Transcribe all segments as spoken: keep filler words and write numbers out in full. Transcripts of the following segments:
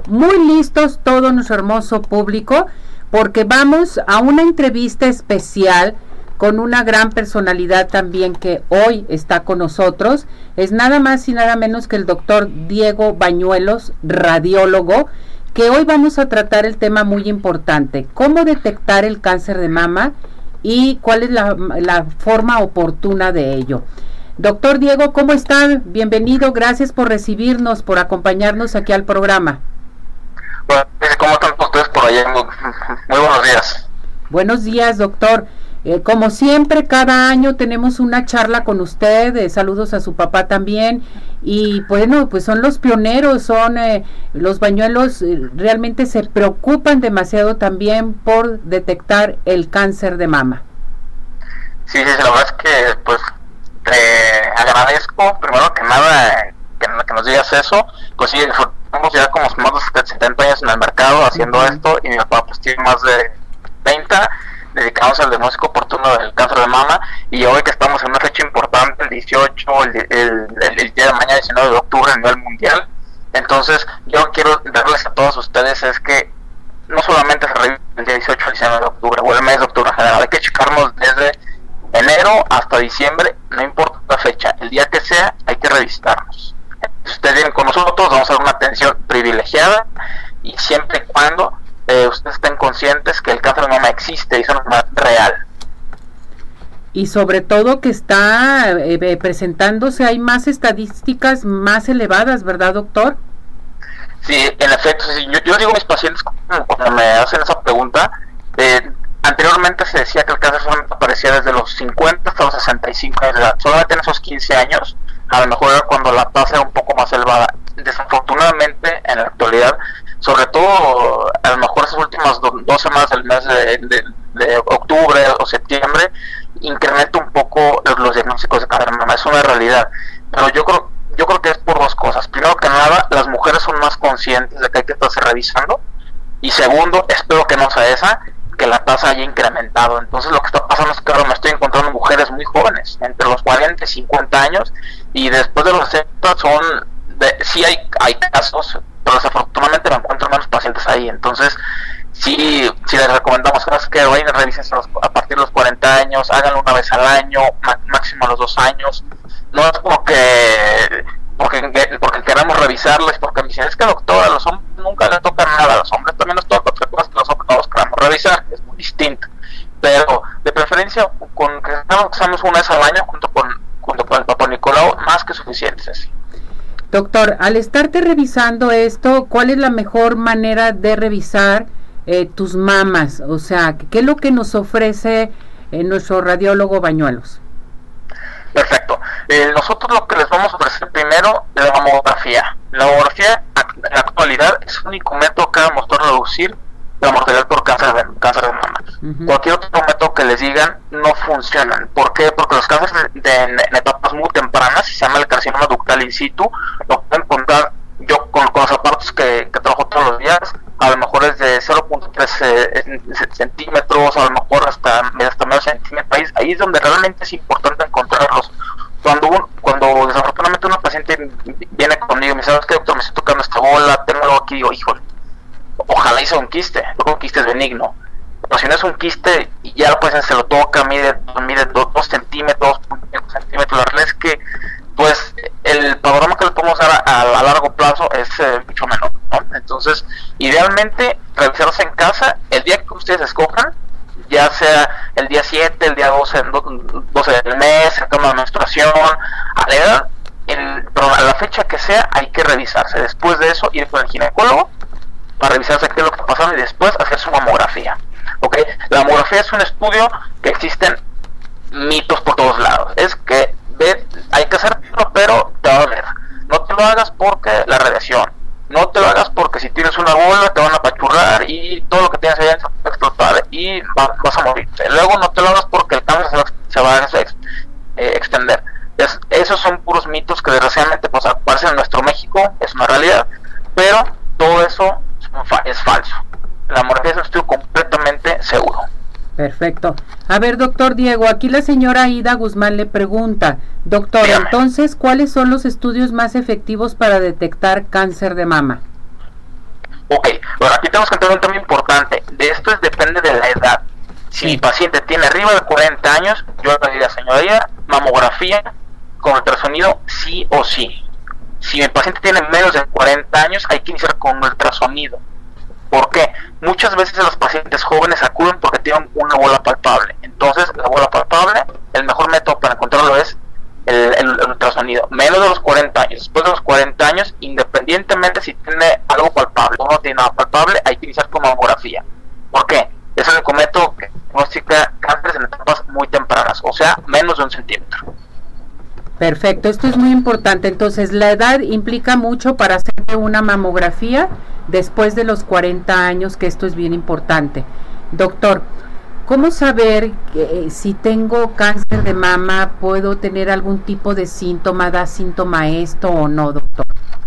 muy listos todo nuestro hermoso público, porque vamos a una entrevista especial con una gran personalidad también que hoy está con nosotros. Es nada más y nada menos que el doctor Diego Bañuelos, radiólogo, que hoy vamos a tratar el tema muy importante: cómo detectar el cáncer de mama y cuál es la, la forma oportuna de ello. Doctor Diego, ¿cómo está? Bienvenido, gracias por recibirnos, por acompañarnos aquí al programa. Bueno, ¿cómo están ustedes por allá? Muy, muy buenos días. Buenos días, doctor. Eh, como siempre, cada año tenemos una charla con usted, eh, saludos a su papá también, y bueno, pues son los pioneros, son eh, los Bañuelos, eh, realmente se preocupan demasiado también por detectar el cáncer de mama. Sí, sí, la verdad es que pues te agradezco, primero que nada, que, que nos digas eso. Pues sí, estamos ya como más de setenta años en el mercado haciendo uh-huh. esto, y mi papá pues tiene más de treinta dedicados al diagnóstico oportuno del cáncer de mama, y hoy que estamos en una fecha importante, el dieciocho, el, el, el, el día de mañana, diecinueve de octubre, a nivel mundial. Entonces yo quiero darles a todos ustedes es que no solamente se revisa el día dieciocho al diecinueve de octubre, o el mes de octubre en general, hay que checarnos desde enero hasta diciembre, no importa la fecha, el día que sea, hay que revisarnos. Si ustedes vienen con nosotros, vamos a dar una atención privilegiada, y siempre y cuando eh, ustedes estén conscientes que el cáncer de mama existe y es una real. Y sobre todo que está eh, presentándose, hay más estadísticas más elevadas, ¿verdad, doctor? Sí, en efecto, sí, yo, yo digo a mis pacientes cuando me hacen esa pregunta, eh, anteriormente se decía que el cáncer solamente aparecía desde los cincuenta hasta los sesenta y cinco años de edad, solamente en esos quince años, a lo mejor era cuando la tasa era un poco más elevada. Desafortunadamente, en la actualidad, sobre todo a lo mejor esas últimas do, dos semanas del mes de, de, de octubre o septiembre, incrementa un poco los diagnósticos de cáncer de mama, es una realidad, pero yo creo yo creo que es por dos cosas. Primero que nada, las mujeres son más conscientes de que hay que estarse revisando, y segundo, espero que no sea esa, que la tasa haya incrementado. Entonces lo que está pasando es que ahora me estoy encontrando mujeres muy jóvenes, entre los cuarenta y cincuenta años, y después de los sesenta son, de, sí hay, hay casos, pero desafortunadamente me encuentro menos pacientes ahí. Entonces sí, sí les recomendamos que vayan a revisarse a partir de los cuarenta años, háganlo una vez al año, máximo a los dos años. No es porque porque, porque queramos revisarles, porque me dicen, es que doctora, a los hombres nunca les toca nada, a los hombres también nos toca otra cosa que los hombres no los queramos revisar, es muy distinto. Pero de preferencia, con que hagamos una vez al año junto con, junto con el Papa Nicolau, más que suficiente, así. Doctor, al estarte revisando esto, ¿cuál es la mejor manera de revisar eh, tus mamas? O sea, ¿qué es lo que nos ofrece eh, nuestro radiólogo Bañuelos? Perfecto. Eh, nosotros lo que les vamos a ofrecer primero es la mamografía. La mamografía en la actualidad es el único método que va a mostrar reducir la mortalidad por cáncer de, cáncer de mama. Uh-huh. Cualquier otro método que les digan no funcionan. ¿Por qué? Porque los cánceres de, de, en etapas muy tempranas, se llama el carcinoma ductal in situ, lo pueden encontrar yo con, con los aparatos que, que trabajo todos los días, a lo mejor es de cero punto tres eh, centímetros, a lo mejor hasta, hasta medio centímetro. Ahí, ahí es donde realmente es importante encontrarlos. Cuando un, cuando desafortunadamente una paciente viene conmigo y me dice, ¿sabes qué, doctor? Me estoy tocando esta bola, tengo algo aquí, digo, híjole, ojalá hice un quiste, luego un quiste es benigno. Pero si no es un quiste y ya la paciente se lo toca, mide, mide dos centímetros, dos centímetros, la realidad es que pues el panorama que le podemos dar a, a, a largo plazo es eh, mucho menor, ¿no? Entonces, idealmente, revisarse en casa el día que ustedes escojan, ya sea el día siete, el día doce, doce del mes, cercano a la menstruación, a la edad, el, pero a la fecha que sea, hay que revisarse. Después de eso, ir con el ginecólogo para revisarse qué es lo que está pasando, y después hacer su mamografía. ¿Okay? La mamografía es un estudio que existen mitos por todos lados. Es que ve, hay que hacerlo, pero te va a doler. No te lo hagas porque la radiación. No te lo hagas porque si tienes una bola te van a apachurrar y todo lo que tienes allá se va a explotar y va, vas a morir. Luego no te lo hagas porque el cáncer se va, se va a ex, eh, extender. Es, esos son puros mitos que desgraciadamente pues, aparecen en nuestro México, es una realidad, pero todo eso es falso. La mamografía es un estudio completamente seguro. Perfecto. A ver, doctor Diego, aquí la señora Ida Guzmán le pregunta, doctor, Dígame. Entonces, ¿cuáles son los estudios más efectivos para detectar cáncer de mama? Ok, bueno, aquí tenemos que entender un tema importante. De esto es, depende de la edad. Si mi paciente tiene arriba de cuarenta años, yo le diría, señoría, mamografía con ultrasonido sí o sí. Si mi paciente tiene menos de cuarenta años, hay que iniciar con ultrasonido. ¿Por qué? Muchas veces los pacientes jóvenes acuden porque tienen una bola palpable. Entonces, la bola palpable, el mejor método para encontrarlo es el, el, el ultrasonido. Menos de los cuarenta años. Después de los cuarenta años, independientemente si tiene algo palpable o no tiene nada palpable, hay que iniciar con mamografía. ¿Por qué? Es el único método que diagnostica cánceres en etapas muy tempranas, o sea, menos de un centímetro. Perfecto, esto es muy importante. Entonces, la edad implica mucho para hacer una mamografía después de los cuarenta años, que esto es bien importante. Doctor, ¿cómo saber que, si tengo cáncer de mama, puedo tener algún tipo de síntoma? ¿Da síntoma esto o no, doctor?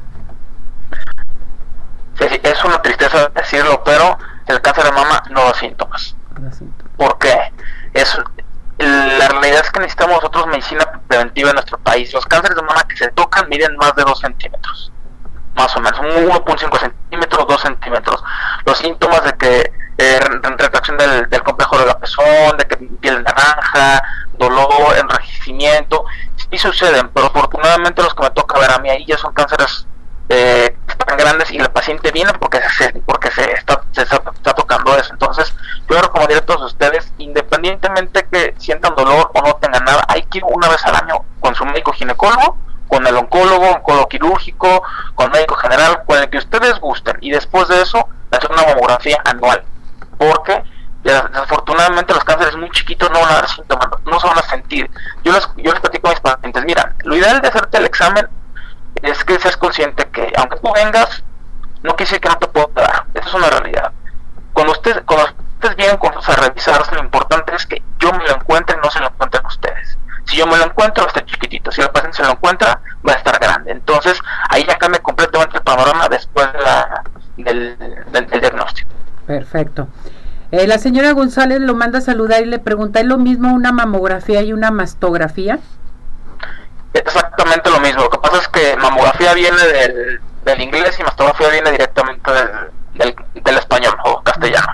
Sí, sí, es una tristeza decirlo, pero el cáncer de mama no da síntomas. No da síntomas. ¿Por qué? Es... La realidad es que necesitamos nosotros medicina preventiva en nuestro país. Los cánceres de mama que se tocan miden más de dos centímetros, más o menos, uno punto cinco centímetros, dos centímetros. Los síntomas de que eh, retracción del, del complejo de la pezón, de que piel naranja, dolor, enrojecimiento, sí suceden, pero afortunadamente los que me toca ver a mí ahí ya son cánceres eh, tan grandes y el paciente viene porque se, porque se, está, se está, está tocando eso. Entonces yo recomendaría a todos ustedes, independientemente que sientan dolor o no tengan nada, hay que ir una vez al año con su médico ginecólogo, con el oncólogo, oncólogo quirúrgico, con el médico general, con el que ustedes gusten, y después de eso hacer una mamografía anual, porque desafortunadamente los cánceres muy chiquitos no van a dar síntomas, no se van a sentir. Yo les, yo les platico a mis pacientes, mira, lo ideal de hacerte el examen es que seas consciente que aunque tú vengas, no quiere decir que no te puedo dar. Esa es una realidad. Cuando ustedes, cuando ustedes vienen con, a revisarse, lo importante es que yo me lo encuentre y no se lo encuentren ustedes. Si yo me lo encuentro, va a estar chiquitito. Si el paciente se lo encuentra, va a estar grande. Entonces, ahí ya cambia completamente el panorama después de la, del, del, del diagnóstico. Perfecto. Eh, la señora González lo manda a saludar y le pregunta, ¿es lo mismo una mamografía y una mastografía? Exactamente lo mismo. Lo que pasa es que mamografía viene del, del inglés y mastografía viene directamente del, del, del español o castellano.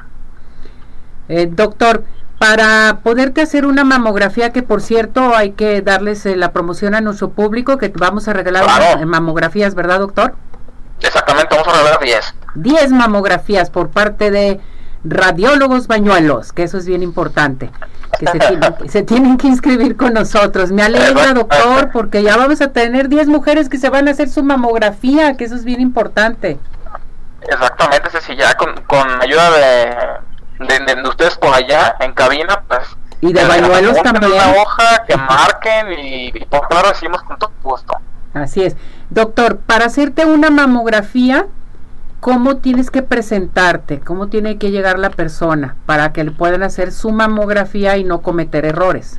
Eh, doctor, para poderte hacer una mamografía, que por cierto hay que darles eh, la promoción a nuestro público, que vamos a regalar claro. unas, eh, mamografías, ¿verdad, doctor? Exactamente, vamos a regalar diez. diez mamografías por parte de Radiólogos Bañuelos, que eso es bien importante, que se, tienen, se tienen que inscribir con nosotros. Me alegra, doctor, porque ya vamos a tener diez mujeres que se van a hacer su mamografía, que eso es bien importante. Exactamente, Ceci, ya con, con ayuda de, de, de, de ustedes por allá en cabina, pues. Y de Bañuelos también. Una hoja que marquen y, y por favor recibimos con todo gusto. Así es. Doctor, para hacerte una mamografía, ¿cómo tienes que presentarte? ¿Cómo tiene que llegar la persona para que le puedan hacer su mamografía y no cometer errores?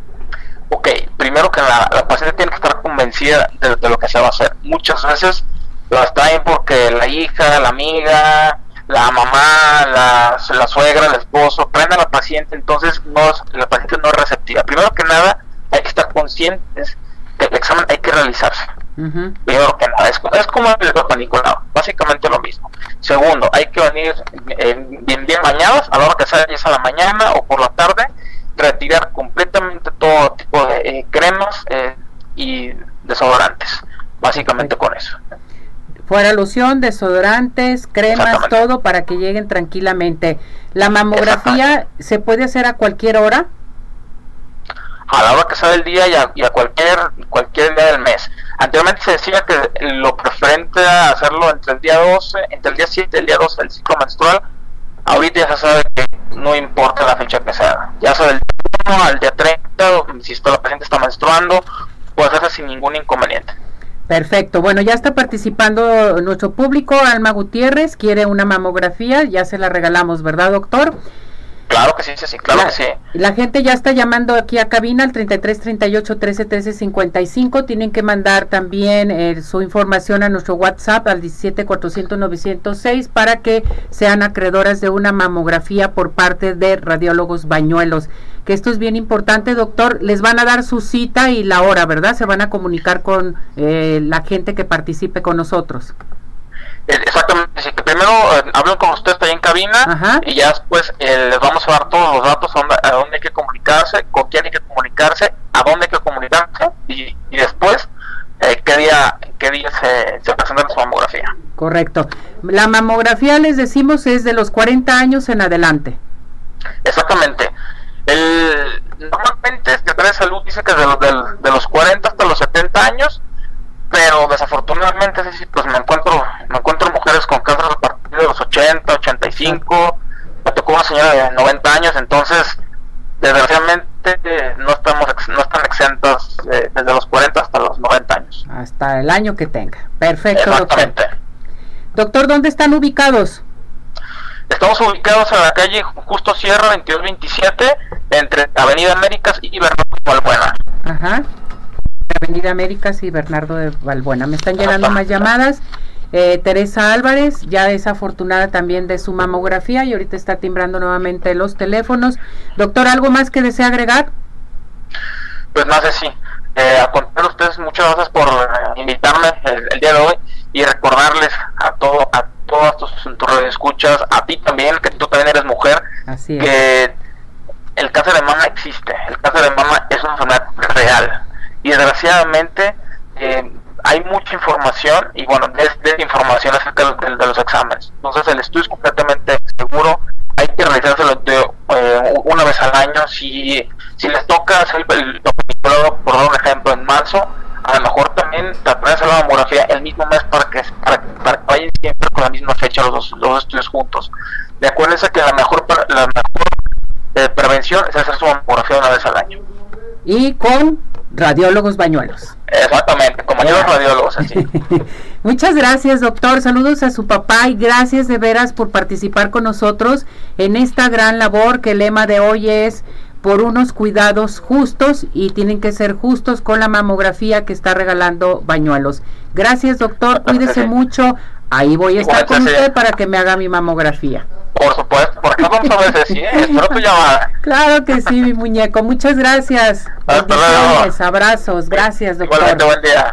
Ok, primero que nada, la paciente tiene que estar convencida de, de lo que se va a hacer. Muchas veces las traen porque la hija, la amiga, la mamá, la, la suegra, el esposo, traen a la paciente, entonces no, la paciente no es receptiva. Primero que nada, hay que estar conscientes que el examen hay que realizarse. Uh-huh. Primero que nada, es, es como el paniculado, básicamente lo mismo. Segundo, hay que venir eh, bien, bien bañados a la hora que sea, ya sea a la mañana o por la tarde, retirar completamente todo tipo de eh, cremas eh, y desodorantes, básicamente con eso. Fuera loción, desodorantes, cremas, todo para que lleguen tranquilamente. ¿La mamografía se puede hacer a cualquier hora? A la hora que sea del día y a, y a cualquier cualquier día del mes. Anteriormente se decía que lo preferente a hacerlo entre el día doce, entre el día siete y el día doce del ciclo menstrual. Ahorita ya se sabe que no importa la fecha que sea, ya sea del día uno al día treinta, si la paciente está menstruando, puede hacerse sin ningún inconveniente. Perfecto, bueno, ya está participando nuestro público. Alma Gutiérrez quiere una mamografía, ya se la regalamos, ¿verdad, doctor? Claro que sí, sí, sí, claro la, que sí. La gente ya está llamando aquí a cabina al treinta y tres, treinta y ocho, trece, trece, cincuenta y cinco. Tienen que mandar también eh, su información a nuestro WhatsApp al diecisiete, cuatrocientos, novecientos seis para que sean acreedoras de una mamografía por parte de Radiólogos Bañuelos. Que esto es bien importante, doctor. Les van a dar su cita y la hora, ¿verdad? Se van a comunicar con eh, la gente que participe con nosotros. Eh, exactamente, sí, que primero eh, hablan con ustedes ahí en cabina. Ajá. Y ya después eh, les vamos a dar todos los datos a dónde, a dónde hay que comunicarse, con quién hay que comunicarse, a dónde hay que comunicarse y, y después eh, qué día qué día se, se presenta su mamografía. Correcto. La mamografía, les decimos, es de los cuarenta años en adelante. Exactamente. El, normalmente Secretaría de Salud dice que de los, de, de los cuarenta hasta los setenta años, pero desafortunadamente sí, pues me encuentro me encuentro mujeres con cáncer a partir de los ochenta, ochenta y cinco, me tocó una señora de noventa años, entonces desgraciadamente eh, no estamos no están exentas eh, desde los cuarenta hasta los noventa años. Hasta el año que tenga. Perfecto, exactamente. Doctor. Doctor, ¿dónde están ubicados? Estamos ubicados en la calle Justo Sierra veintidós veintisiete, entre Avenida Américas y Bernardo de Balbuena. Ajá. Avenida Américas y Bernardo de Balbuena. Me están llegando más llamadas. Eh, Teresa Álvarez ya es afortunada también de su mamografía y ahorita está timbrando nuevamente los teléfonos. Doctor, ¿algo más que desea agregar? Pues no sé si. Eh, a contar a ustedes, muchas gracias por eh, invitarme el, el día de hoy y recordarles a todo a todas tus, tus radioescuchas, a ti también, que tú también eres mujer, así es, que el cáncer de mama existe, el cáncer de mama es una enfermedad real y desgraciadamente eh, hay mucha información y bueno, desinformación acerca de, de, de los exámenes. Entonces el estudio es completamente seguro, hay que realizárselo de, eh, una vez al año. Si, si les toca hacer el, el, el por dar un ejemplo, en marzo, a lo mejor también tratar de hacer la mamografía el mismo mes para que, para, para que vayan siempre con la misma fecha los dos, los dos estudios juntos. De acuérdense que la mejor, la mejor eh, prevención es hacer su mamografía una vez al año. Y con radiólogos bañuelos. Exactamente, como yo los radiólogos, así. Muchas gracias, doctor. Saludos a su papá y gracias de veras por participar con nosotros en esta gran labor, que el lema de hoy es por unos cuidados justos, y tienen que ser justos con la mamografía que está regalando Bañuelos. Gracias, doctor. Cuídese mucho. Ahí voy a estar con usted para que me haga mi mamografía. Por supuesto, por acá vamos a ver si, ¿eh? Espero tu llamada. Claro que sí, mi muñeco. Muchas gracias. Hasta luego. Abrazos. Gracias, doctor. Igualmente, buen día.